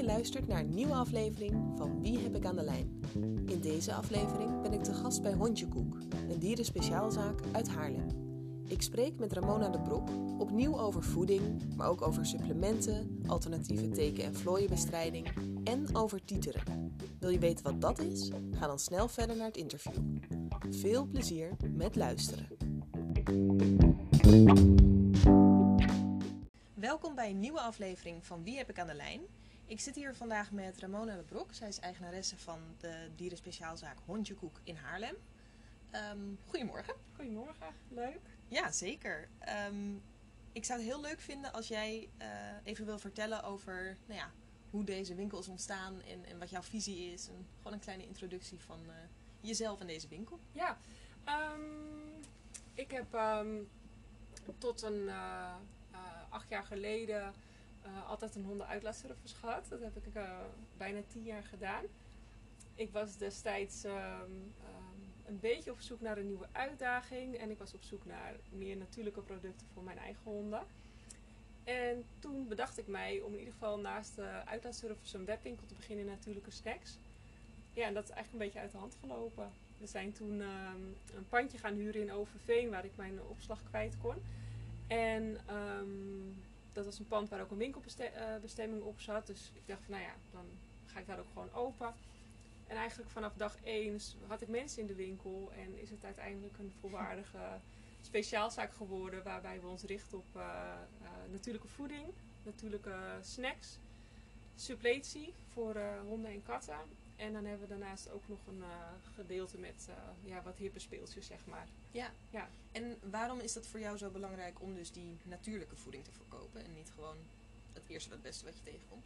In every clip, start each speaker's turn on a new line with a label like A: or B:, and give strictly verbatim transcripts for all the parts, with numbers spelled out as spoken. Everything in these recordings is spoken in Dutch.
A: je luistert naar een nieuwe aflevering van Wie heb ik aan de lijn? In deze aflevering ben ik te gast bij Hondjekoek, een dierenspeciaalzaak uit Haarlem. Ik spreek met Ramona de Broek, opnieuw over voeding, maar ook over supplementen, alternatieve teken- en vlooienbestrijding en over tieteren. Wil je weten wat dat is? Ga dan snel verder naar het interview. Veel plezier met luisteren. Welkom bij een nieuwe aflevering van Wie heb ik aan de lijn? Ik zit hier vandaag met Ramona de Broek. Zij is eigenaresse van de dierenspeciaalzaak Hondjekoek in Haarlem. Um, goedemorgen.
B: Goedemorgen, leuk.
A: Ja, zeker. Um, ik zou het heel leuk vinden als jij uh, even wil vertellen over nou ja, hoe deze winkel is ontstaan en, en wat jouw visie is. En gewoon een kleine introductie van uh, jezelf en deze winkel.
B: Ja, um, ik heb um, tot een uh, uh, acht jaar geleden uh, altijd een hondenuitlaatservice gehad. Dat heb ik uh, bijna tien jaar gedaan. Ik was destijds um, um, een beetje op zoek naar een nieuwe uitdaging. En ik was op zoek naar meer natuurlijke producten voor mijn eigen honden. En toen bedacht ik mij om in ieder geval naast de uitlaatservice een webwinkel te beginnen in natuurlijke snacks. Ja, en dat is eigenlijk een beetje uit de hand gelopen. We zijn toen um, een pandje gaan huren in Overveen waar ik mijn opslag kwijt kon. En um, dat was een pand waar ook een winkelbestemming op zat. Dus ik dacht van nou ja, dan ga ik daar ook gewoon open. En eigenlijk vanaf dag één had ik mensen in de winkel en is het uiteindelijk een volwaardige speciaalzaak geworden waarbij we ons richten op uh, uh, natuurlijke voeding, natuurlijke snacks, suppletie voor uh, honden en katten. En dan hebben we daarnaast ook nog een uh, gedeelte met uh, ja, wat hippe speeltjes, zeg maar.
A: Ja.
B: ja.
A: En waarom is dat voor jou zo belangrijk om dus die natuurlijke voeding te verkopen en niet gewoon het eerste wat het beste wat je tegenkomt?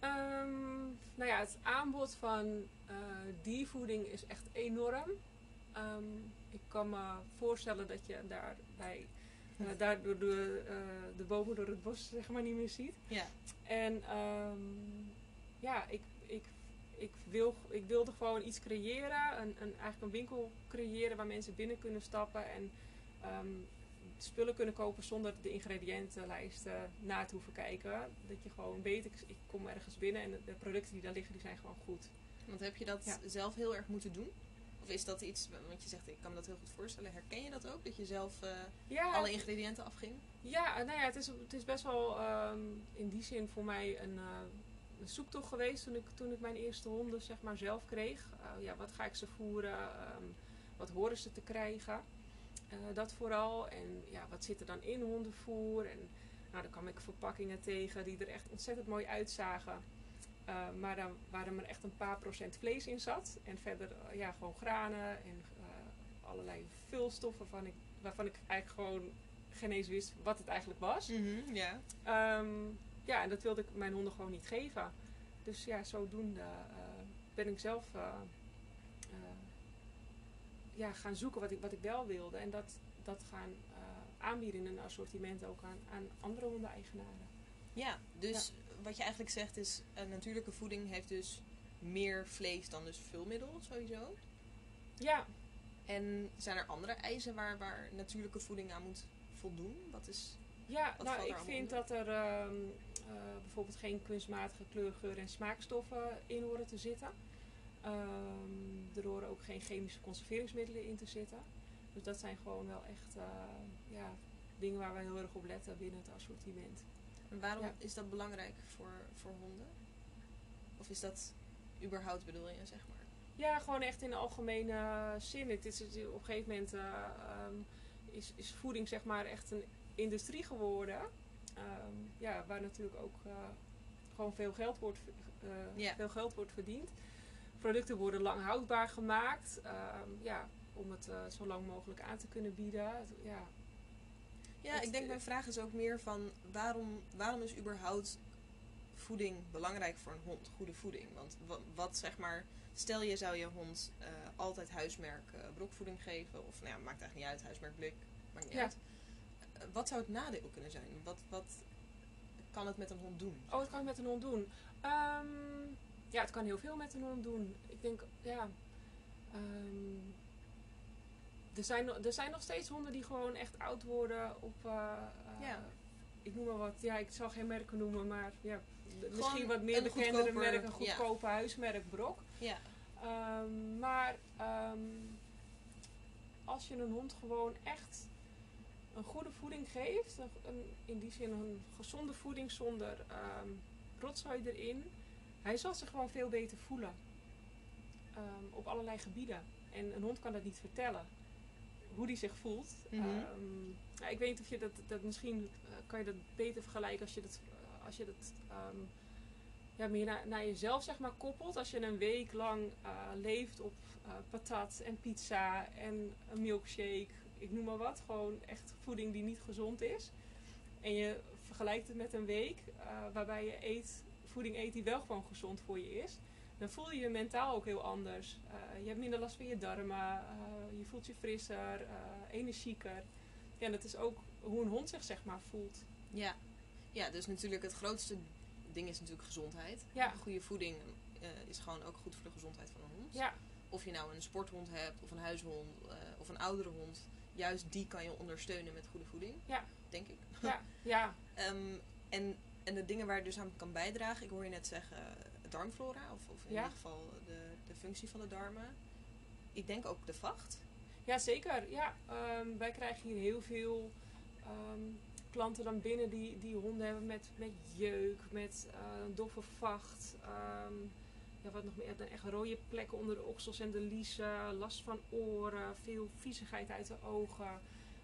B: Um, nou ja, het aanbod van uh, diervoeding is echt enorm. Um, ik kan me voorstellen dat je daarbij uh, daardoor de, uh, de bomen door het bos zeg maar niet meer ziet.
A: Ja.
B: En um, ja, ik, ik, ik, wil, ik wilde gewoon iets creëren, een, een, eigenlijk een winkel creëren waar mensen binnen kunnen stappen en um, spullen kunnen kopen zonder de ingrediëntenlijsten na te hoeven kijken. Dat je gewoon weet, ik, ik kom ergens binnen en de, de producten die daar liggen, die zijn gewoon goed.
A: Want heb je dat
B: ja.
A: zelf heel erg moeten doen? Of is dat iets, want je zegt ik kan me dat heel goed voorstellen, herken je dat ook? Dat je zelf uh,
B: ja,
A: alle ingrediënten afging?
B: Ja, nou ja, het is, het is best wel um, in die zin voor mij een, uh, een zoektocht geweest toen ik, toen ik mijn eerste honden zeg maar zelf kreeg. Uh, ja, wat ga ik ze voeren? Um, wat horen ze te krijgen? Uh, dat vooral. En ja, wat zit er dan in hondenvoer? En nou, dan kwam ik verpakkingen tegen die er echt ontzettend mooi uitzagen. Uh, maar dan waar er maar echt een paar procent vlees in zat. En verder uh, ja, gewoon granen en uh, allerlei vulstoffen waarvan ik, waarvan ik eigenlijk gewoon geen eens wist wat het eigenlijk was.
A: Mm-hmm, yeah.
B: um, ja, en dat wilde ik mijn honden gewoon niet geven. Dus ja, zodoende uh, ben ik zelf uh, uh, ja, gaan zoeken wat ik, wat ik wel wilde. En dat, dat gaan uh, aanbieden in een assortiment ook aan, aan andere hondeneigenaren.
A: Ja, dus
B: ja.
A: wat je eigenlijk zegt is, uh, natuurlijke voeding heeft dus meer vlees dan dus vulmiddel sowieso.
B: Ja.
A: En zijn er andere eisen waar, waar natuurlijke voeding aan moet voldoen? Wat is...
B: Ja,
A: wat
B: nou ik vind
A: onder?
B: dat er um, uh, bijvoorbeeld geen kunstmatige kleur, geur en smaakstoffen in horen te zitten. Um, er horen ook geen chemische conserveringsmiddelen in te zitten. Dus dat zijn gewoon wel echt uh, ja, dingen waar we heel erg op letten binnen het assortiment.
A: En waarom
B: ja.
A: is dat belangrijk voor, voor honden? Of is dat überhaupt bedoel je, zeg maar?
B: Ja, gewoon echt in de algemene zin. Het is, op een gegeven moment uh, um, is, is voeding zeg maar echt een industrie geworden. Um, ja, waar natuurlijk ook uh, gewoon veel geld, wordt, uh,
A: yeah.
B: veel geld wordt verdiend. Producten worden lang houdbaar gemaakt. Um, ja, om het uh, zo lang mogelijk aan te kunnen bieden. Ja,
A: ja
B: het,
A: ik denk mijn vraag is ook meer van waarom, waarom is überhaupt voeding belangrijk voor een hond? Goede voeding. Want wat, wat zeg maar, stel je zou je hond uh, altijd huismerk uh, brokvoeding geven. Of nou ja, maakt eigenlijk niet uit, huismerk blik. Maakt niet
B: ja.
A: uit. Uh, wat zou het nadeel kunnen zijn? Wat, wat kan het met een hond doen?
B: Oh, het kan het met een hond doen? Um, ja, het kan heel veel met een hond doen. Ik denk, ja... Um, er, zijn, er zijn nog steeds honden die gewoon echt oud worden op... Uh, uh,
A: ja.
B: ik noem maar wat, ja, ik zal geen merken noemen, maar ja,
A: Gewoon
B: misschien wat meer
A: een
B: bekendere
A: goedkoper,
B: merk, een
A: ja.
B: goedkope huismerk Brok.
A: Ja.
B: Um, maar um, als je een hond gewoon echt een goede voeding geeft, een, een, in die zin een gezonde voeding zonder um, rotzooi erin, hij zal zich gewoon veel beter voelen. Um, op allerlei gebieden. En een hond kan dat niet vertellen. Hoe die zich voelt.
A: Mm-hmm.
B: Um, ja, ik weet niet of je dat, dat misschien uh, kan je dat beter vergelijken als je dat, uh, als je dat um, ja, meer naar, naar jezelf zeg maar koppelt. Als je een week lang uh, leeft op uh, patat en pizza en een milkshake, ik noem maar wat. Gewoon echt voeding die niet gezond is. En je vergelijkt het met een week uh, waarbij je eet, voeding eet die wel gewoon gezond voor je is. Dan voel je je mentaal ook heel anders. Uh, je hebt minder last van je darmen. Uh, je voelt je frisser, uh, energieker. Ja, en dat is ook hoe een hond zich zeg maar voelt.
A: Ja. Ja, dus natuurlijk het grootste ding is natuurlijk gezondheid.
B: Ja.
A: Goede voeding uh, is gewoon ook goed voor de gezondheid van een hond.
B: Ja.
A: Of je nou een sporthond hebt, of een huishond, uh, of een oudere hond. Juist die kan je ondersteunen met goede voeding.
B: Ja.
A: Denk ik.
B: Ja. Ja.
A: um, en, en de dingen waar je dus aan kan bijdragen. Ik hoor je net zeggen darmflora. Of, of in
B: ja.
A: ieder geval de, de functie van de darmen. Ik denk ook de vacht.
B: Ja, zeker. Ja. Um, wij krijgen hier heel veel um, klanten dan binnen die, die honden hebben met, met jeuk, met uh, doffe vacht. Um, ja, wat nog meer, dan echt rode plekken onder de oksels en de liezen, last van oren, veel viezigheid uit de ogen.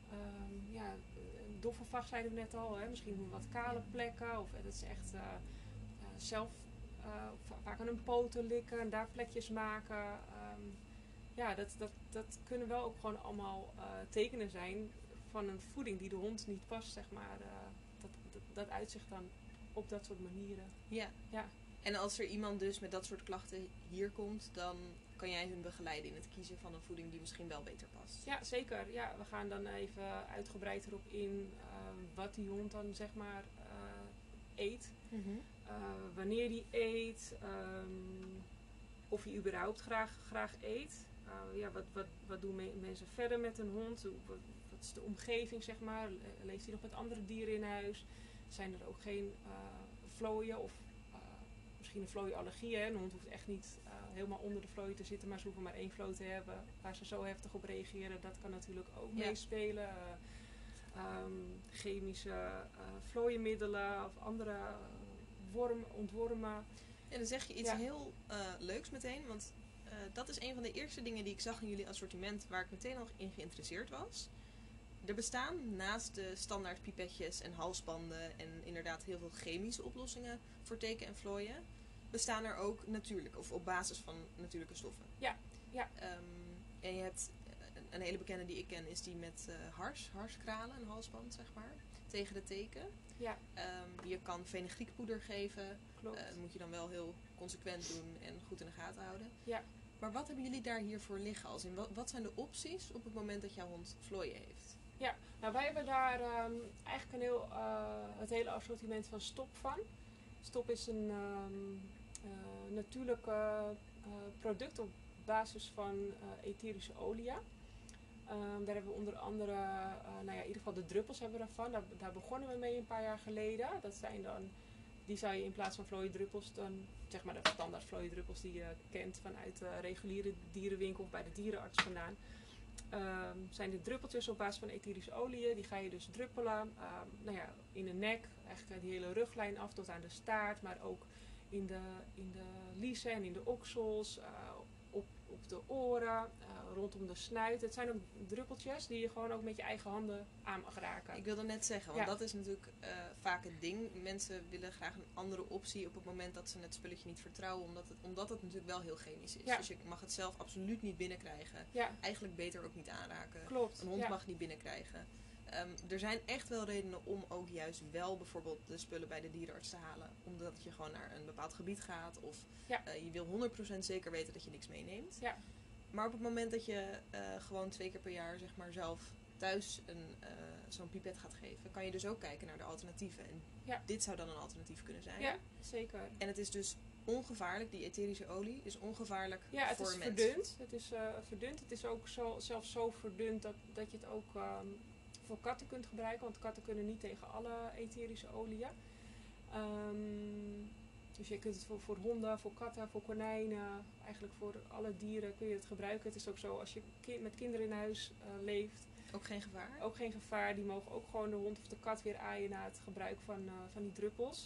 B: Um, ja, doffe vacht zeiden we net al, hè? Misschien wat kale plekken of dat is echt uh, uh, zelf uh, vaak aan hun poten likken en daar plekjes maken. Um, ja, dat, dat, dat kunnen wel ook gewoon allemaal uh, tekenen zijn van een voeding die de hond niet past, zeg maar. Uh, dat, dat, dat uitzicht dan op dat soort manieren.
A: Ja.
B: Ja.
A: En als er iemand dus met dat soort klachten hier komt, dan kan jij hun begeleiden in het kiezen van een voeding die misschien wel beter past.
B: Ja, zeker. Ja, we gaan dan even uitgebreid erop in uh, wat die hond dan zeg maar uh, eet.
A: Mm-hmm.
B: Uh, wanneer die eet. Um, of hij überhaupt graag, graag eet. Uh, ja, wat, wat, wat doen me- mensen verder met een hond? Wat, wat is de omgeving, zeg maar? Leeft hij nog met andere dieren in huis? Zijn er ook geen uh, vlooien of uh, misschien een vlooiallergie? Hè? Een hond hoeft echt niet uh, helemaal onder de vlooien te zitten, maar ze hoeven maar één vlooi te hebben waar ze zo heftig op reageren. Dat kan natuurlijk ook
A: Ja.
B: meespelen. Uh, um, chemische uh, vlooienmiddelen of andere uh, worm, ontwormen.
A: En dan zeg je iets
B: Ja.
A: heel uh, leuks meteen, want uh, dat is een van de eerste dingen die ik zag in jullie assortiment waar ik meteen al in geïnteresseerd was. Er bestaan naast de standaard pipetjes en halsbanden en inderdaad heel veel chemische oplossingen voor teken en vlooien, bestaan er ook natuurlijk, of op basis van natuurlijke stoffen.
B: Ja, ja.
A: Um, en je hebt een, een hele bekende die ik ken, is die met uh, hars, harskralen, een halsband zeg maar, tegen de teken.
B: Ja.
A: Um, je kan fenugreekpoeder geven.
B: Klopt.
A: Uh, dat moet je dan wel heel consequent doen en goed in de gaten houden.
B: Ja.
A: Maar wat hebben jullie daar hiervoor liggen? Als in, wat, wat zijn de opties op het moment dat jouw hond vlooien heeft?
B: Ja, nou wij hebben daar um, eigenlijk een heel, uh, het hele assortiment van Stop van. Stop is een um, uh, natuurlijk uh, uh, product op basis van uh, etherische olie. Um, daar hebben we onder andere, uh, nou ja, in ieder geval de druppels hebben we ervan. Daar, daar begonnen we mee een paar jaar geleden. Dat zijn dan, die zou je in plaats van vlooiendruppels dan, zeg maar de standaard vlooiendruppels die je kent vanuit de reguliere dierenwinkel of bij de dierenarts vandaan. Um, zijn dit druppeltjes op basis van etherische olie. Die ga je dus druppelen. Um, nou ja, in de nek, eigenlijk die hele ruglijn af tot aan de staart. Maar ook in de, in de liezen en in de oksels. Uh, op, op de oren. Uh, rondom de snuit. Het zijn ook druppeltjes die je gewoon ook met je eigen handen aan mag raken.
A: Ik wilde net zeggen, want
B: Ja.
A: dat is natuurlijk uh, vaak het ding. Mensen willen graag een andere optie op het moment dat ze het spulletje niet vertrouwen. Omdat het, omdat het natuurlijk wel heel chemisch is.
B: Ja.
A: Dus je mag het zelf absoluut niet binnenkrijgen.
B: Ja,
A: Eigenlijk beter ook niet aanraken.
B: klopt.
A: Een hond
B: ja.
A: mag het niet binnenkrijgen. Um, er zijn echt wel redenen om ook juist wel bijvoorbeeld de spullen bij de dierenarts te halen. Omdat je gewoon naar een bepaald gebied gaat. Of
B: Ja.
A: uh, je wil honderd procent zeker weten dat je niks meeneemt.
B: Ja.
A: Maar op het moment dat je uh, gewoon twee keer per jaar zeg maar zelf thuis een, uh, zo'n pipet gaat geven, kan je dus ook kijken naar de alternatieven. En
B: Ja.
A: dit zou dan een alternatief kunnen zijn.
B: Ja, zeker.
A: En het is dus ongevaarlijk, die etherische olie is ongevaarlijk
B: Ja, het
A: voor
B: is
A: een mens.
B: verdund. Het is uh, verdund. Het is ook zo, zelfs zo verdund dat, dat je het ook um, voor katten kunt gebruiken. Want katten kunnen niet tegen alle etherische oliën. Um, dus je kunt het voor, voor honden, voor katten, voor konijnen, eigenlijk voor alle dieren kun je het gebruiken. Het is ook zo als je kind, met kinderen in huis uh, leeft.
A: Ook geen gevaar?
B: Ook geen gevaar. Die mogen ook gewoon de hond of de kat weer aaien na het gebruik van, uh, van die druppels.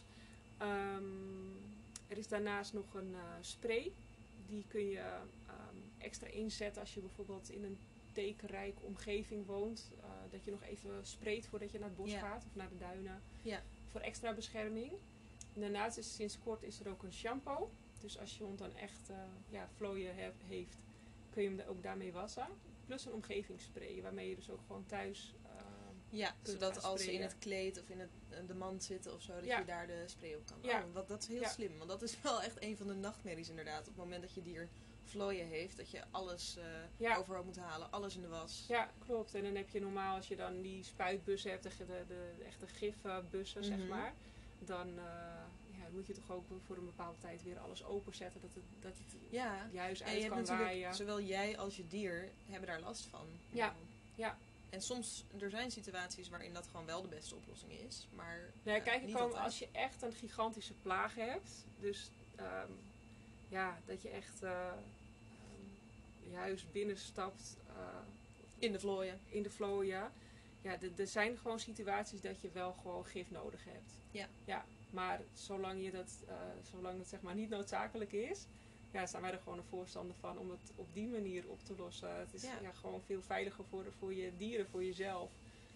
B: Um, er is daarnaast nog een uh, spray. Die kun je um, extra inzetten als je bijvoorbeeld in een tekenrijke omgeving woont. Uh, dat je nog even sprayt voordat je naar het bos ja. gaat of naar de duinen.
A: Ja.
B: Voor extra bescherming. En daarnaast is sinds kort is er ook een shampoo. Dus als je hond dan echt uh, ja, vlooien he- heeft, kun je hem ook daarmee wassen. Plus een omgevingsspray, waarmee je dus ook gewoon thuis uh,
A: ja, zodat als ze in het kleed of in het, de mand zitten of zo, dat ja. je daar de spray op kan.
B: Ja.
A: Oh, wat, dat is heel ja. slim, want dat is wel echt een van de nachtmerries inderdaad. Op het moment dat je dier vlooien heeft, dat je alles uh, ja. overhoop moet halen, alles in de was.
B: Ja, klopt. En dan heb je normaal, als je dan die spuitbussen hebt, de, de, de echte gifbussen, mm-hmm. zeg maar, dan uh, ja, moet je toch ook voor een bepaalde tijd weer alles openzetten, dat het, dat het
A: ja.
B: juist
A: en
B: uit
A: je
B: kan
A: hebt
B: waaien.
A: Zowel jij als je dier hebben daar last van.
B: Ja, ja.
A: En soms, er zijn situaties waarin dat gewoon wel de beste oplossing is, maar
B: nee, kijk,
A: uh, niet
B: komen, als je echt een gigantische plaag hebt, dus um, ja, dat je echt uh, um, je huis binnenstapt uh,
A: in de vlooien.
B: In de vlooien. Ja, er zijn gewoon situaties dat je wel gewoon gif nodig hebt.
A: Ja.
B: Ja, maar zolang je dat, uh, zolang het zeg maar niet noodzakelijk is, ja, zijn wij er gewoon een voorstander van om het op die manier op te lossen. Het is ja. Ja, gewoon veel veiliger voor, voor je dieren, voor jezelf.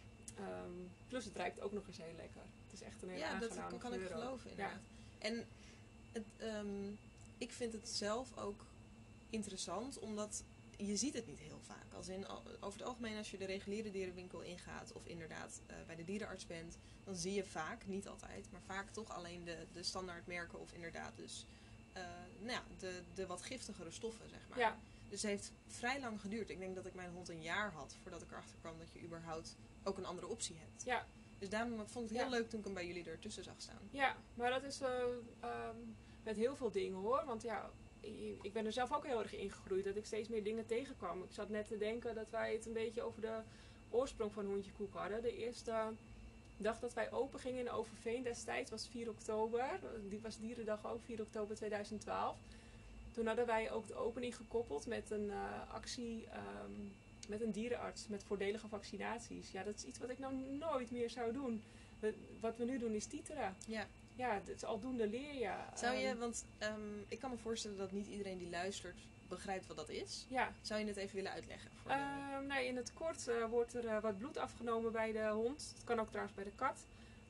B: Um, plus het ruikt ook nog eens heel lekker. Het is echt een hele
A: ja,
B: aangename
A: dat kan ik geloven inderdaad. Ja. En het, um, ik vind het zelf ook interessant, omdat je ziet het niet heel vaak. Als in, over het algemeen als je de reguliere dierenwinkel ingaat of inderdaad uh, bij de dierenarts bent, dan zie je vaak, niet altijd, maar vaak toch alleen de, de standaardmerken of inderdaad dus uh, nou ja, de, de wat giftigere stoffen, zeg maar.
B: Ja.
A: Dus het heeft vrij lang geduurd. Ik denk dat ik mijn hond een jaar had voordat ik erachter kwam dat je überhaupt ook een andere optie hebt.
B: Ja.
A: Dus daarom vond ik het heel
B: ja.
A: leuk toen ik hem bij jullie ertussen zag staan.
B: Ja, maar dat is uh, um, met heel veel dingen hoor. Want ja, ik ben er zelf ook heel erg ingegroeid. Dat ik steeds meer dingen tegenkwam. Ik zat net te denken dat wij het een beetje over de oorsprong van Hondje Koek hadden. De eerste dag dat wij open gingen in Overveen destijds was vier oktober. Die was dierendag ook, vier oktober tweeduizend twaalf. Toen hadden wij ook de opening gekoppeld met een uh, actie um, met een dierenarts. Met voordelige vaccinaties. Ja, dat is iets wat ik nou nooit meer zou doen. We, wat we nu doen is tieteren.
A: Ja.
B: Ja, het is aldoende leer je.
A: Zou je, want um, ik kan me voorstellen dat niet iedereen die luistert begrijpt wat dat is.
B: Ja.
A: Zou je het even willen uitleggen? Voor
B: uh,
A: de...
B: nou, in het kort uh, wordt er uh, wat bloed afgenomen bij de hond. Het kan ook trouwens bij de kat.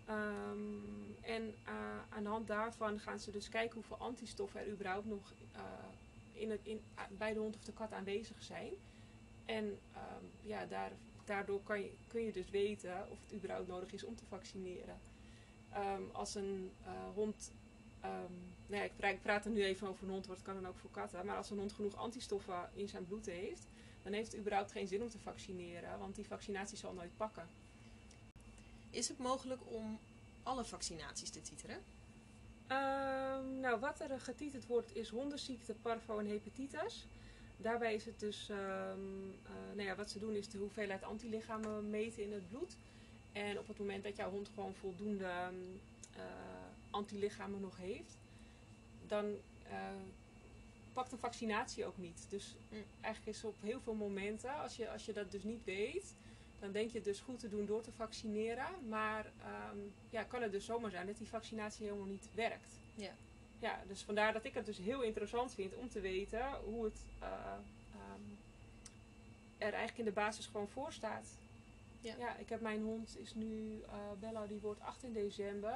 B: Um, en uh, aan de hand daarvan gaan ze dus kijken hoeveel antistoffen er überhaupt nog uh, in het, in, uh, bij de hond of de kat aanwezig zijn. En um, ja, daar, daardoor kan je, kun je dus weten of het überhaupt nodig is om te vaccineren. Um, als een uh, hond, um, nou ja, ik, praat, ik praat er nu even over een hond, want het kan dan ook voor katten. Maar als een hond genoeg antistoffen in zijn bloed heeft, dan heeft het überhaupt geen zin om te vaccineren. Want die vaccinatie zal nooit pakken.
A: Is het mogelijk om alle vaccinaties te titeren?
B: Um, nou, wat er getiterd wordt is hondenziekte, parvo en hepatitis. Daarbij is het dus, um, uh, nou ja, wat ze doen is de hoeveelheid antilichamen meten in het bloed. En op het moment dat jouw hond gewoon voldoende uh, antilichamen nog heeft, dan uh, pakt een vaccinatie ook niet. Dus mm. eigenlijk is op heel veel momenten, als je, als je dat dus niet weet, dan denk je het dus goed te doen door te vaccineren. Maar um, ja, kan het dus zomaar zijn dat die vaccinatie helemaal niet werkt.
A: Ja.
B: Ja, dus vandaar dat ik het dus heel interessant vind om te weten hoe het uh, um, er eigenlijk in de basis gewoon voor staat. Ja. ja, ik heb mijn hond, is nu, uh, Bella, die wordt achttien december.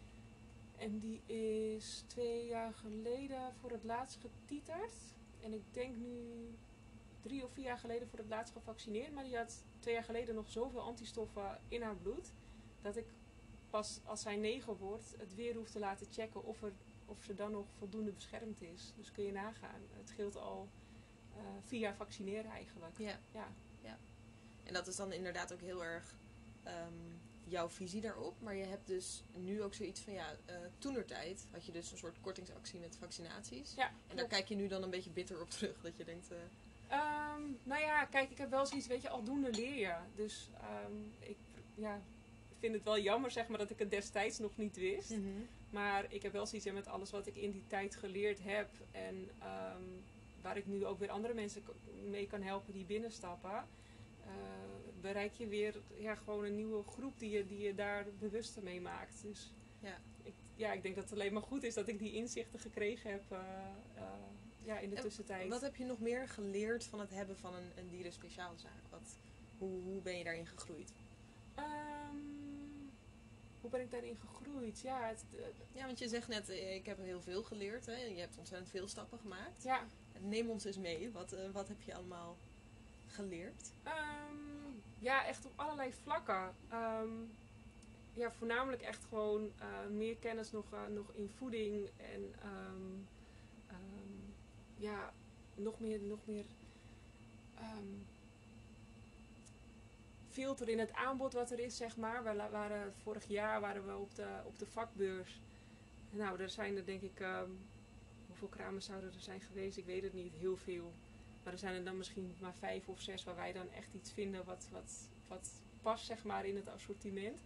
B: En die is twee jaar geleden voor het laatst getiterd. En ik denk nu drie of vier jaar geleden voor het laatst gevaccineerd. Maar die had twee jaar geleden nog zoveel antistoffen in haar bloed. Dat ik pas als zij negen wordt het weer hoef te laten checken of, er, of ze dan nog voldoende beschermd is. Dus kun je nagaan. Het scheelt al uh, vier jaar vaccineren eigenlijk.
A: Ja.
B: Ja.
A: Ja. En dat is dan inderdaad ook heel erg um, jouw visie daarop. Maar je hebt dus nu ook zoiets van, ja, uh, toenertijd had je dus een soort kortingsactie met vaccinaties.
B: Ja,
A: en daar kijk je nu dan een beetje bitter op terug. Dat je denkt, uh,
B: Um, nou ja, kijk, ik heb wel zoiets, weet je, aldoende leer je. Dus um, ik ja, vind het wel jammer, zeg maar, dat ik het destijds nog niet wist.
A: Mm-hmm.
B: Maar ik heb wel zoiets met alles wat ik in die tijd geleerd heb. En um, waar ik nu ook weer andere mensen mee kan helpen die binnenstappen. Uh, bereik je weer ja, gewoon een nieuwe groep die je, die je daar bewuster mee maakt. Dus
A: ja.
B: Ik, ja, ik denk dat het alleen maar goed is dat ik die inzichten gekregen heb uh, uh, ja, in de
A: en
B: tussentijd.
A: Wat heb je nog meer geleerd van het hebben van een, een dierenspeciaalzaak? Wat, hoe, hoe ben je daarin gegroeid?
B: Um, hoe ben ik daarin gegroeid? Ja, het, uh,
A: ja, want je zegt net, ik heb heel veel geleerd. Hè? Je hebt ontzettend veel stappen gemaakt.
B: Ja.
A: Neem ons eens mee. Wat, uh, wat heb je allemaal geleerd?
B: Um, ja, echt op allerlei vlakken. Um, ja, voornamelijk echt gewoon uh, meer kennis nog, uh, nog in voeding. En um, um, ja, nog meer, nog meer um, filter in het aanbod wat er is, zeg maar. We waren, vorig jaar waren we op de, op de vakbeurs. Nou, er zijn er denk ik, um, hoeveel kramen zouden er zijn geweest? Ik weet het niet, heel veel. Maar er zijn er dan misschien maar vijf of zes waar wij dan echt iets vinden wat, wat, wat past, zeg maar, in het assortiment.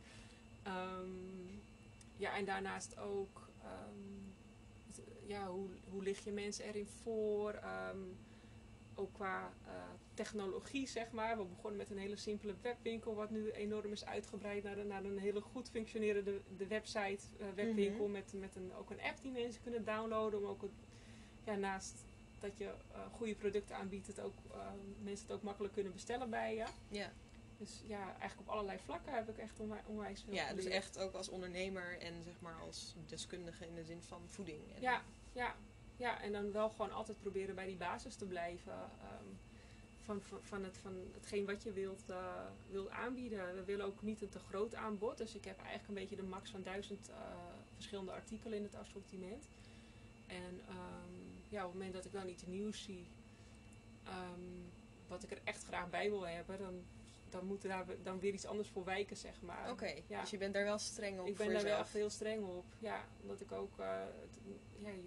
B: Um, ja, en daarnaast ook, um, het, ja, hoe, hoe lig je mensen erin voor? Um, ook qua uh, technologie, zeg maar. We begonnen met een hele simpele webwinkel, wat nu enorm is uitgebreid naar, de, naar een hele goed functionerende de website, uh, webwinkel, mm-hmm. met, met een, ook een app die mensen kunnen downloaden, om ook het, ja, naast dat je uh, goede producten aanbiedt, het ook, uh, mensen het ook makkelijk kunnen bestellen bij je.
A: Ja.
B: Dus ja, eigenlijk op allerlei vlakken heb ik echt onwijs, onwijs veel
A: Ja,
B: geleerd.
A: dus echt ook als ondernemer en zeg maar als deskundige in de zin van voeding. En
B: ja, ja, ja, en dan wel gewoon altijd proberen bij die basis te blijven. Um, van, van, van, het, van hetgeen wat je wilt, uh, wilt aanbieden. We willen ook niet een te groot aanbod. Dus ik heb eigenlijk een beetje de max van duizend uh, verschillende artikelen in het assortiment. En um, ja, op het moment dat ik dan iets nieuws zie, um, wat ik er echt graag bij wil hebben, dan, dan moet er daar dan weer iets anders voor wijken, zeg maar.
A: Oké, okay,
B: ja.
A: Dus je bent daar wel streng op.
B: Ik ben
A: voor
B: daar
A: jezelf.
B: wel echt heel streng op. Ja, omdat ik ook, uh, het, ja, je,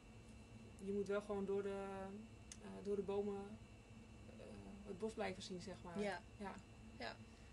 B: je moet wel gewoon door de, uh, door de bomen uh, het bos blijven zien, zeg maar.
A: Ja.
B: Ja.
A: ja.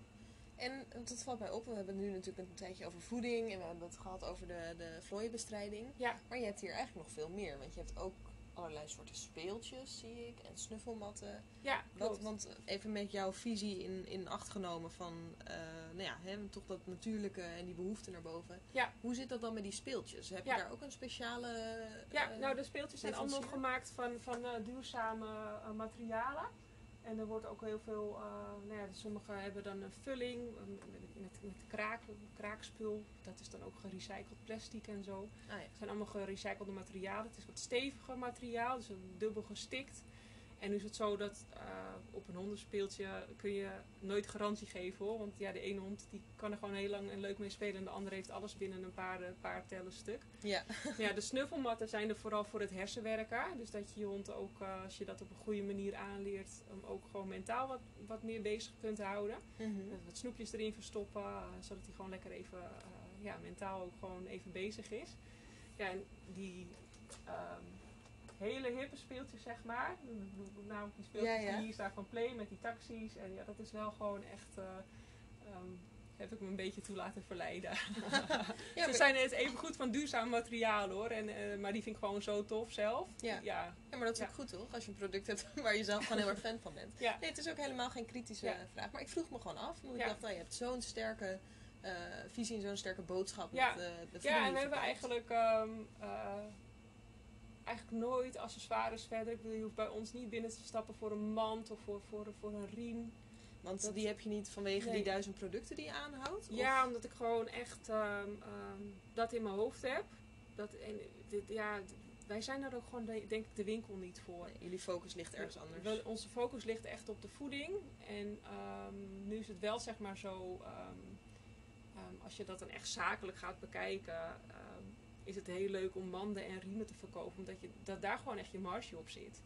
A: En dat valt mij op, we hebben het nu natuurlijk een tijdje over voeding en we hebben het gehad over de, de vlooienbestrijding.
B: Ja.
A: Maar je hebt hier eigenlijk nog veel meer, want je hebt ook allerlei soorten speeltjes, zie ik, en snuffelmatten.
B: Ja,
A: Wat, want even met jouw visie in, in acht genomen van, uh, nou ja, hè, toch dat natuurlijke en die behoefte naar boven.
B: Ja.
A: Hoe zit dat dan met die speeltjes? Heb je
B: ja.
A: daar ook een speciale... Uh,
B: ja, nou de speeltjes zijn
A: leverancier?
B: allemaal gemaakt van, van uh, duurzame uh, materialen. En er wordt ook heel veel, uh, nou ja, sommigen hebben dan een vulling um, met, met kraak, kraakspul. Dat is dan ook gerecycled plastic en zo.
A: Ah, ja.
B: Het zijn allemaal gerecyclede materialen. Het is wat steviger materiaal, dus dubbel gestikt. En nu is het zo dat uh, op een hondenspeeltje kun je nooit garantie geven, hoor. Want ja, de ene hond die kan er gewoon heel lang en leuk mee spelen. En de andere heeft alles binnen een paar, uh, paar tellen stuk.
A: Ja.
B: Ja, de snuffelmatten zijn er vooral voor het hersenwerken. Dus dat je je hond ook, uh, als je dat op een goede manier aanleert, um, ook gewoon mentaal wat, wat meer bezig kunt houden.
A: Mm-hmm.
B: Uh, wat snoepjes erin verstoppen, uh, zodat hij gewoon lekker even, uh, ja, mentaal ook gewoon even bezig is. Ja, en die... Um, hele hippe speeltjes, zeg maar. Nou, die speeltjes ja, ja. die hier staan van Play met die taxis. En ja, dat is wel gewoon echt... Uh, um, heb ik me een beetje toe laten verleiden. ja, Ze zijn het even goed van duurzaam materiaal, hoor. En, uh, maar die vind ik gewoon zo tof zelf.
A: Ja,
B: ja.
A: ja maar dat is
B: ja.
A: ook goed, toch? Als je een product hebt waar je zelf gewoon heel erg fan van bent.
B: Ja.
A: Nee, het is ook helemaal geen kritische
B: ja.
A: vraag. Maar ik vroeg me gewoon af. Omdat
B: ja.
A: ik dacht, nou, je hebt zo'n sterke... Uh, visie en zo'n sterke boodschap
B: ja.
A: met uh, de
B: Ja, en we hebben eigenlijk... Um, uh, eigenlijk nooit accessoires verder. Ik bedoel, je hoeft bij ons niet binnen te stappen voor een mand of voor, voor, voor een riem.
A: Want dat, die heb je niet vanwege nee. die duizend producten die je aanhoudt?
B: Ja,
A: of?
B: omdat ik gewoon echt um, um, dat in mijn hoofd heb. Dat, en, dit, ja, wij zijn daar ook gewoon, denk ik, de winkel niet voor.
A: Nee, jullie focus ligt ergens anders.
B: We, onze focus ligt echt op de voeding. En um, nu is het wel, zeg maar, zo... Um, um, als je dat dan echt zakelijk gaat bekijken... Um, is het heel leuk om manden en riemen te verkopen. Omdat je, dat daar gewoon echt je marge op zit.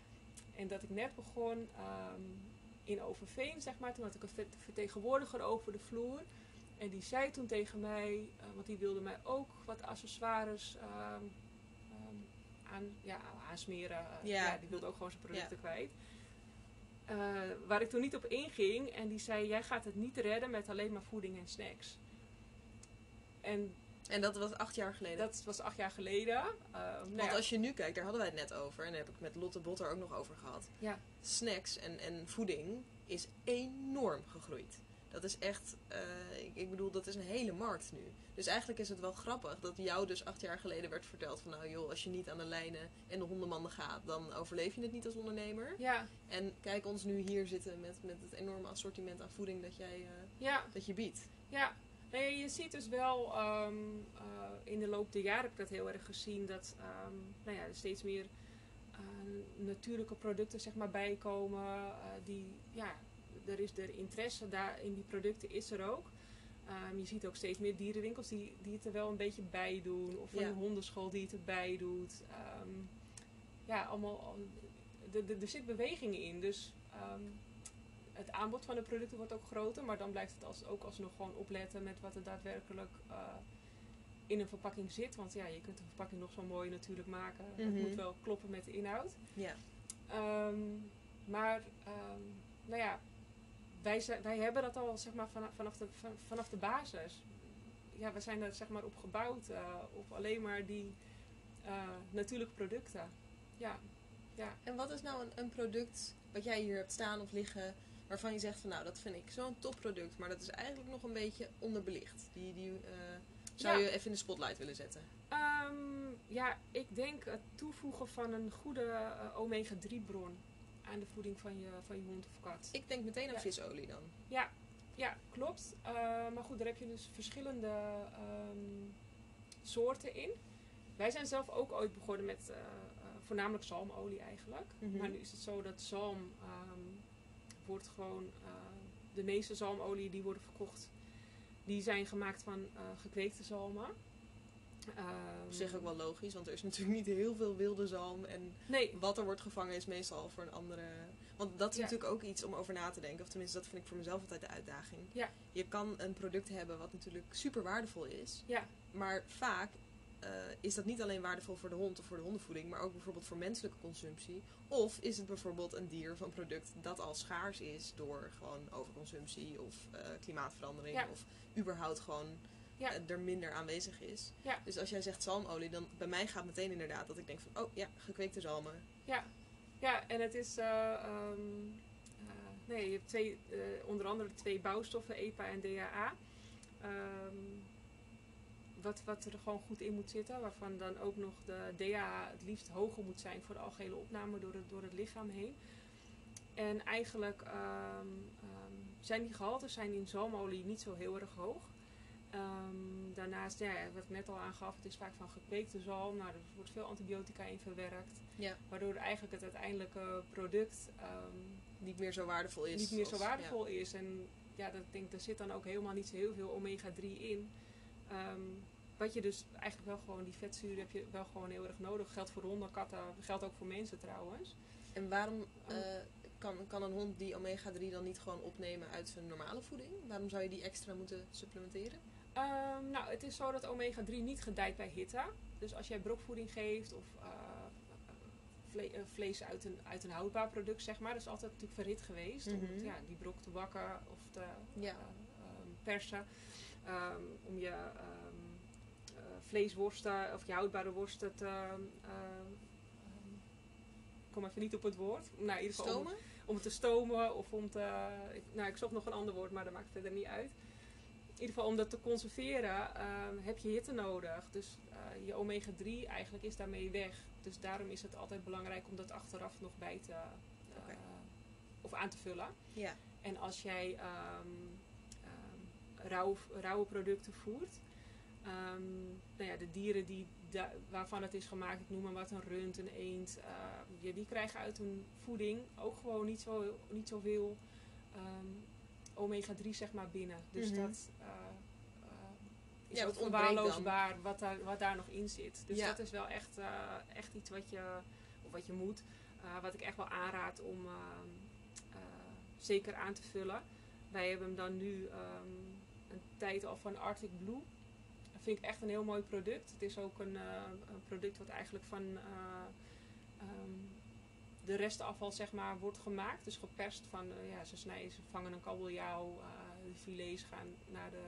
B: En dat ik net begon um, in Overveen, zeg maar. Toen had ik een vertegenwoordiger over de vloer. En die zei toen tegen mij, uh, want die wilde mij ook wat accessoires um, um, aan, ja, aansmeren. Uh,
A: ja.
B: ja, die wilde ook gewoon zijn producten ja. kwijt. uh, waar ik toen niet op inging. En die zei, jij gaat het niet redden met alleen maar voeding en snacks. En,
A: en dat was acht jaar geleden?
B: Dat was acht jaar geleden. Uh,
A: Want
B: nou ja.
A: als je nu kijkt, daar hadden wij het net over. En daar heb ik met Lotte Botter ook nog over gehad.
B: Ja.
A: Snacks en, en voeding is enorm gegroeid. Dat is echt, uh, ik, ik bedoel, dat is een hele markt nu. Dus eigenlijk is het wel grappig dat jou dus acht jaar geleden werd verteld van nou joh, als je niet aan de lijnen en de hondenmanden gaat, dan overleef je het niet als ondernemer.
B: Ja.
A: En kijk ons nu hier zitten met, met het enorme assortiment aan voeding dat jij uh,
B: ja.
A: dat je biedt.
B: Ja, nee, je ziet dus wel, um, uh, in de loop der jaren heb ik dat heel erg gezien, dat um, nou ja, er steeds meer uh, natuurlijke producten zeg maar bijkomen. Uh, die, ja, er is er interesse daar in die producten is er ook. Um, je ziet ook steeds meer dierenwinkels die, die het er wel een beetje bij doen. Of van ja. de hondenschool die het erbij doet. Um, ja, allemaal, er zit beweging in. Dus um, het aanbod van de producten wordt ook groter. Maar dan blijft het als, ook alsnog gewoon opletten met wat er daadwerkelijk uh, in een verpakking zit. Want ja, je kunt een verpakking nog zo mooi natuurlijk maken. Mm-hmm. Het moet wel kloppen met de inhoud.
A: Ja.
B: Um, maar, um, nou ja... Wij, zijn, wij hebben dat al zeg maar, vanaf, vanaf, de, van, vanaf de basis. Ja, we zijn er zeg maar, op gebouwd. Uh, op alleen maar die uh, natuurlijke producten. Ja. Ja.
A: En wat is nou een, een product wat jij hier hebt staan of liggen, waarvan je zegt van nou, dat vind ik zo'n topproduct, maar dat is eigenlijk nog een beetje onderbelicht. Die, die uh, zou ja. je even in de spotlight willen zetten?
B: Um, ja, ik denk het toevoegen van een goede uh, omega drie bron aan de voeding van je, van je hond of kat.
A: Ik denk meteen aan
B: ja.
A: visolie dan.
B: Ja, ja klopt. Uh, maar goed, daar heb je dus verschillende um, soorten in. Wij zijn zelf ook ooit begonnen met uh, uh, voornamelijk zalmolie eigenlijk. Mm-hmm. Maar nu is het zo dat zalm um, wordt gewoon... Uh, de meeste zalmolie die worden verkocht, die zijn gemaakt van uh, gekweekte zalmen.
A: Um, Op zich ook wel logisch, want er is natuurlijk niet heel veel wilde zalm. En
B: nee.
A: wat er wordt gevangen is meestal voor een andere... Want dat is ja. natuurlijk ook iets om over na te denken. Of tenminste, dat vind ik voor mezelf altijd de uitdaging.
B: Ja.
A: Je kan een product hebben wat natuurlijk super waardevol is.
B: Ja.
A: Maar vaak uh, is dat niet alleen waardevol voor de hond of voor de hondenvoeding, maar ook bijvoorbeeld voor menselijke consumptie. Of is het bijvoorbeeld een dier of een product dat al schaars is door gewoon overconsumptie of uh, klimaatverandering.
B: Ja.
A: Of überhaupt gewoon... Ja. er minder aanwezig is.
B: Ja.
A: Dus als jij zegt zalmolie, dan bij mij gaat meteen inderdaad dat ik denk van, oh ja, gekweekte zalmen.
B: Ja, ja en het is, uh, um, uh, nee, je hebt twee, uh, onder andere twee bouwstoffen, E P A en D H A. Um, wat, wat er gewoon goed in moet zitten, waarvan dan ook nog de D H A het liefst hoger moet zijn voor de algehele opname door het, door het lichaam heen. En eigenlijk um, um, zijn die gehalten zijn in zalmolie niet zo heel erg hoog. Um, daarnaast, ja, wat ik net al aangaf, het is vaak van gekweekte zalm. Nou, er wordt veel antibiotica in verwerkt.
A: Ja.
B: Waardoor eigenlijk het uiteindelijke product um,
A: niet meer zo waardevol is.
B: Niet meer zo waardevol
A: ja.
B: is. En ja, dat, denk, er zit dan ook helemaal niet zo heel veel omega drie in. Um, wat je dus eigenlijk wel gewoon, die vetzuren heb je wel gewoon heel erg nodig. Geldt voor honden, katten, geldt ook voor mensen trouwens.
A: En waarom uh, kan, kan een hond die omega drie dan niet gewoon opnemen uit zijn normale voeding? Waarom zou je die extra moeten supplementeren?
B: Um, nou, het is zo dat omega drie niet gedijt bij hitte. Dus als jij brokvoeding geeft of uh, vle- uh, vlees uit een, uit een houdbaar product, zeg maar, dat is altijd natuurlijk verhit geweest.
A: Mm-hmm.
B: Om het, ja, die brok te bakken of te
A: ja.
B: uh, um, persen. Um, om je um, uh, vleesworsten of je houdbare worsten te... Uh, um, ik kom even niet op het woord. Nou, in ieder geval
A: stomen?
B: Om, om het te stomen of om te... Ik, nou, ik zocht nog een ander woord, maar dat maakt verder niet uit. In ieder geval om dat te conserveren uh, heb je hitte nodig. Dus uh, je omega drie eigenlijk is daarmee weg. Dus daarom is het altijd belangrijk om dat achteraf nog bij te... Uh, okay. Of aan te vullen.
A: Ja.
B: En als jij um, um, rauw, rauwe producten voert... Um, nou ja, de dieren die da- waarvan het is gemaakt, ik noem maar wat, een rund, een eend... Uh, ja, die krijgen uit hun voeding ook gewoon niet, zo, niet zoveel... Um, omega drie zeg maar binnen. Dus mm-hmm. dat uh, uh, is
A: ja,
B: ook verwaarloosbaar wat daar, wat daar nog in zit. Dus ja. dat is wel echt, uh, echt iets wat je, of wat je moet. Uh, wat ik echt wel aanraad om uh, uh, zeker aan te vullen. Wij hebben hem dan nu um, een tijd al van Arctic Blue. Dat vind ik echt een heel mooi product. Het is ook een, uh, een product wat eigenlijk van... Uh, um, de restafval zeg maar wordt gemaakt. Dus geperst van, uh, ja, ze snijden, ze vangen een kabeljauw, uh, de filets gaan naar de,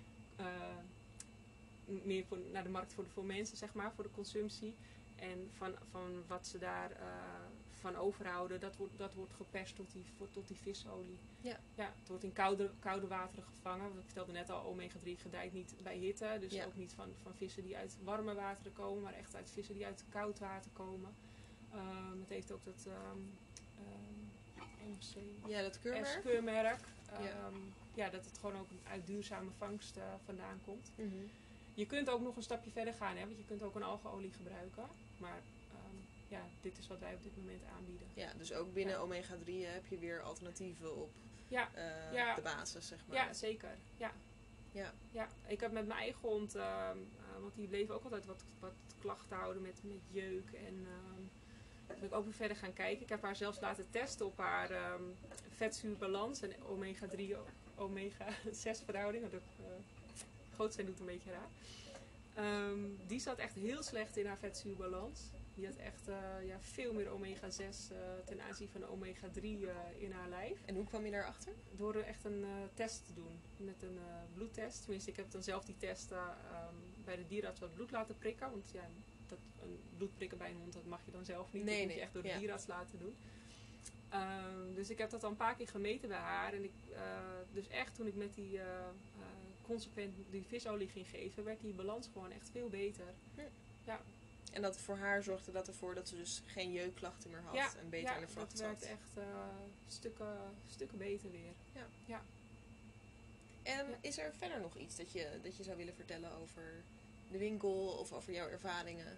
B: uh, meer voor, naar de markt voor, de, voor mensen zeg maar, voor de consumptie. En van, van wat ze daar uh, van overhouden, dat wordt, dat wordt geperst tot die, voor, tot die visolie.
A: Ja.
B: Ja, het wordt in koude, koude wateren gevangen. Ik vertelde net al, omega drie gedijt niet bij hitte. Dus
A: ja.
B: ook niet van, van vissen die uit warme wateren komen, maar echt uit vissen die uit koud water komen. Um, het heeft ook dat um, um, M C
A: ja, dat keurmerk.
B: keurmerk. Um,
A: ja.
B: ja, dat het gewoon ook uit duurzame vangst uh, vandaan komt.
A: Mm-hmm.
B: Je kunt ook nog een stapje verder gaan, hè, want je kunt ook een algeolie gebruiken. Maar um, ja, dit is wat wij op dit moment aanbieden.
A: Ja, dus ook binnen
B: ja.
A: omega drie heb je weer alternatieven op
B: ja.
A: Uh,
B: ja.
A: de basis, zeg maar.
B: Ja, zeker. Ja.
A: Ja.
B: Ja, ik heb met mijn eigen hond, uh, uh, want die bleef ook altijd wat, wat klachten houden met, met jeuk. En uh, ben ik ook weer verder gaan kijken. Ik heb haar zelfs laten testen op haar um, vetzuurbalans en omega drie, omega zes verhouding. Dat uh, groot zijn doet een beetje raar. Um, die zat echt heel slecht in haar vetzuurbalans. Die had echt uh, ja, veel meer omega zes uh, ten aanzien van omega drie uh, in haar lijf.
A: En hoe kwam je daarachter?
B: Door echt een uh, test te doen. Met een uh, bloedtest. Tenminste, ik heb dan zelf die test uh, um, bij de dierenarts wat bloed laten prikken. Want ja, dat, een bloed prikken bij een hond, dat mag je dan zelf niet.
A: Nee,
B: dat moet
A: nee.
B: je echt door de
A: ja.
B: dierenarts laten doen. Um, dus ik heb dat al een paar keer gemeten bij haar. En ik, uh, dus echt toen ik met die uh, uh, consequent die visolie ging geven, werd die balans gewoon echt veel beter.
A: Hm.
B: Ja.
A: En dat voor haar zorgde dat ervoor dat ze dus geen jeukklachten meer had
B: ja,
A: en beter
B: ja,
A: in de vacht
B: dat
A: zat.
B: werd echt uh, stukken, stukken beter weer.
A: Ja.
B: ja.
A: En
B: ja.
A: is er verder nog iets dat je, dat je zou willen vertellen over de winkel of over jouw ervaringen?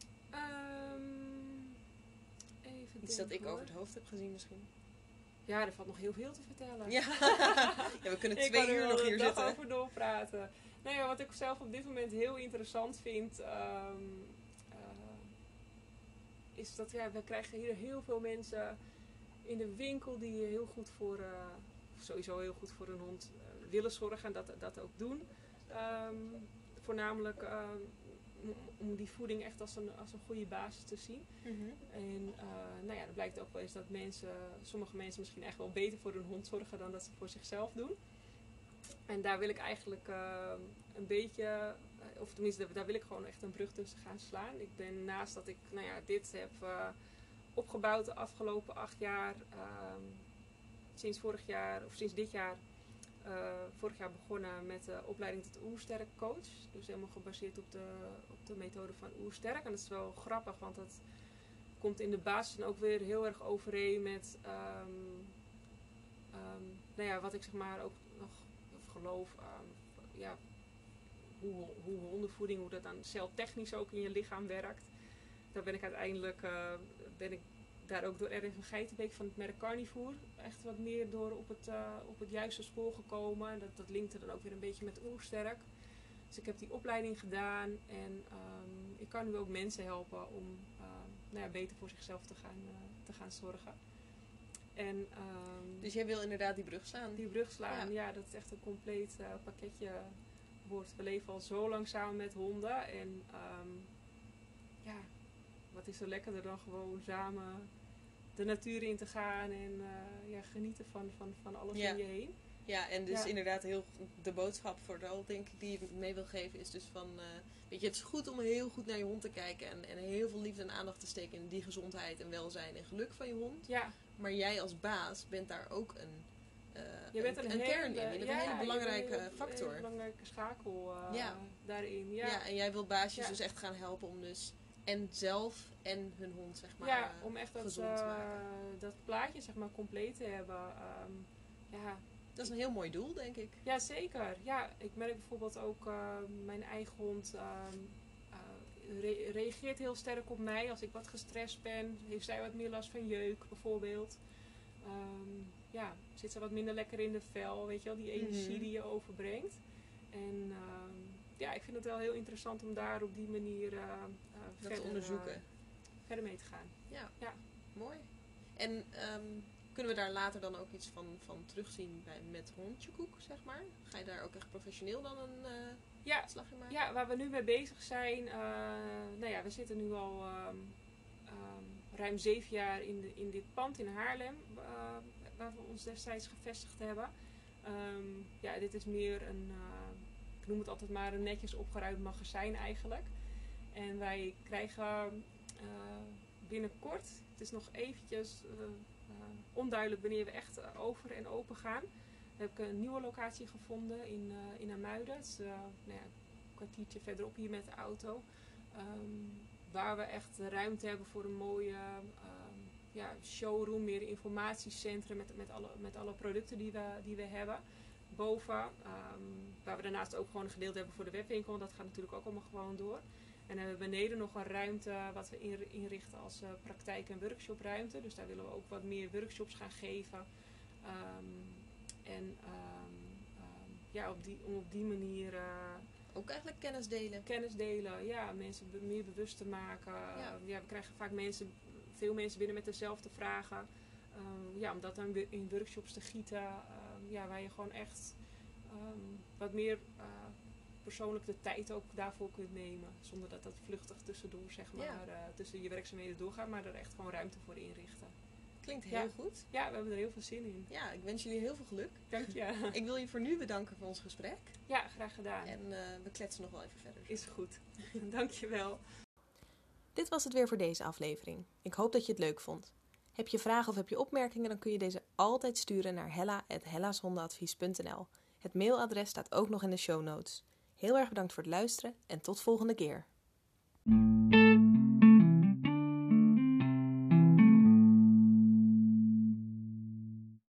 B: Um, even
A: iets
B: denken,
A: dat ik
B: hoor.
A: over het hoofd heb gezien misschien?
B: Ja, er valt nog heel veel te vertellen.
A: Ja, ja we kunnen
B: ik
A: twee uur nog hier zitten.
B: Ik kan er over doorpraten. Nou ja, wat ik zelf op dit moment heel interessant vind, um, uh, is dat ja, we krijgen hier heel veel mensen in de winkel die heel goed voor, uh, sowieso heel goed voor een hond uh, willen zorgen en dat, dat ook doen. Um, voornamelijk uh, om die voeding echt als een, als een goede basis te zien.
A: Mm-hmm.
B: En uh, nou ja, dan blijkt ook wel eens dat mensen, sommige mensen misschien echt wel beter voor hun hond zorgen dan dat ze voor zichzelf doen. En daar wil ik eigenlijk uh, een beetje, of tenminste daar wil ik gewoon echt een brug tussen gaan slaan. Ik ben naast dat ik nou ja, dit heb uh, opgebouwd de afgelopen acht jaar, uh, sinds vorig jaar of sinds dit jaar, uh, vorig jaar begonnen met de opleiding tot Oersterk coach. Dus helemaal gebaseerd op de, op de methode van Oersterk. En dat is wel grappig, want dat komt in de basis dan ook weer heel erg overeen met um, um, nou ja, wat ik zeg maar ook nog geloof, um, ja, hoe, hoe hondenvoeding, hoe dat dan celtechnisch ook in je lichaam werkt. Daar ben ik uiteindelijk, uh, ben ik daar ook door Erwin van Geitenbeek van het merk Carnivore echt wat meer door op het, uh, op het juiste spoor gekomen. En dat, dat linkte dan ook weer een beetje met Oersterk. Dus ik heb die opleiding gedaan en um, ik kan nu ook mensen helpen om uh, nou ja, beter voor zichzelf te gaan, uh, te gaan zorgen. En, um,
A: dus jij wil inderdaad die brug slaan?
B: Die brug slaan, ja,
A: ja
B: dat het echt een compleet uh, pakketje wordt. We leven al zo lang samen met honden en um, ja, wat is er lekkerder dan gewoon samen de natuur in te gaan en uh, ja, genieten van, van, van alles
A: ja.
B: om je heen.
A: Ja, en dus
B: ja.
A: inderdaad heel de boodschap vooral denk ik die je mee wil geven is dus van, uh, weet je, het is goed om heel goed naar je hond te kijken en, en heel veel liefde en aandacht te steken in die gezondheid en welzijn en geluk van je hond.
B: Ja.
A: Maar jij als baas bent daar ook een, uh,
B: je bent
A: een,
B: een,
A: een
B: hele,
A: kern in. Je bent
B: ja,
A: een hele belangrijke
B: je bent een,
A: factor.
B: Een hele belangrijke schakel uh,
A: ja.
B: daarin. Ja.
A: ja, en jij wilt baasjes
B: ja.
A: dus echt gaan helpen om dus en zelf en hun hond zeg maar
B: ja, om echt dat,
A: gezond te
B: uh,
A: maken.
B: Dat plaatje zeg maar compleet te hebben. Um, ja.
A: Dat is een heel mooi doel, denk ik.
B: Ja, zeker. Ja, ik merk bijvoorbeeld ook uh, mijn eigen hond um, uh, re- reageert heel sterk op mij. Als ik wat gestrest ben, heeft zij wat meer last van jeuk bijvoorbeeld. Um, ja, zit ze wat minder lekker in de vel, weet je wel, die energie
A: mm-hmm.
B: die je overbrengt. En um, ja, ik vind het wel heel interessant om daar op die manier uh, uh,
A: dat
B: verder,
A: te onderzoeken.
B: Uh, verder mee te gaan.
A: Ja,
B: ja.
A: Mooi. En um, kunnen we daar later dan ook iets van, van terugzien bij, met Hondjekoek, zeg maar? Ga je daar ook echt professioneel dan een uh,
B: ja,
A: slag in maken?
B: Ja, waar we nu mee bezig zijn, uh, nou ja, we zitten nu al um, um, ruim zeven jaar in, de, in dit pand in Haarlem, uh, waar we ons destijds gevestigd hebben. Um, ja, dit is meer een, uh, ik noem het altijd maar een netjes opgeruimd magazijn eigenlijk. En wij krijgen uh, binnenkort, het is nog eventjes uh, uh, onduidelijk wanneer we echt uh, over en open gaan. We hebben een nieuwe locatie gevonden in, uh, in Amuiden. Het is uh, nou ja, een kwartiertje verderop hier met de auto. Um, waar we echt ruimte hebben voor een mooie um, ja, showroom, meer informatiecentrum met, met, alle, met alle producten die we, die we hebben. Boven, um, waar we daarnaast ook gewoon een gedeelte hebben voor de webwinkel. Dat gaat natuurlijk ook allemaal gewoon door. En dan hebben we beneden nog een ruimte wat we inrichten als uh, praktijk- en workshopruimte. Dus daar willen we ook wat meer workshops gaan geven. Um, en um, um, ja, op die, om op die manier... Uh,
A: ook eigenlijk kennis delen.
B: Kennis delen, ja. Mensen be- meer bewust te maken. Ja. Uh, ja, we krijgen vaak mensen, veel mensen binnen met dezelfde vragen. Um, ja, om dat dan in workshops te gieten. Um, ja, waar je gewoon echt um, wat meer... Uh, persoonlijk de tijd ook daarvoor kunt nemen. Zonder dat dat vluchtig tussendoor, zeg maar, ja. uh, tussen je werkzaamheden doorgaat, maar er echt gewoon ruimte voor inrichten.
A: Klinkt heel
B: ja.
A: goed.
B: Ja, we hebben er heel veel zin in.
A: Ja, ik wens jullie heel veel geluk.
B: Dank je.
A: Ik wil je voor nu bedanken voor ons gesprek.
B: Ja, graag gedaan.
A: En uh, we kletsen nog wel even verder.
B: Is goed. Dank je wel.
A: Dit was het weer voor deze aflevering. Ik hoop dat je het leuk vond. Heb je vragen of heb je opmerkingen, dan kun je deze altijd sturen naar hella at hellashondenadvies punt n l. Het mailadres staat ook nog in de show notes. Heel erg bedankt voor het luisteren en tot volgende keer.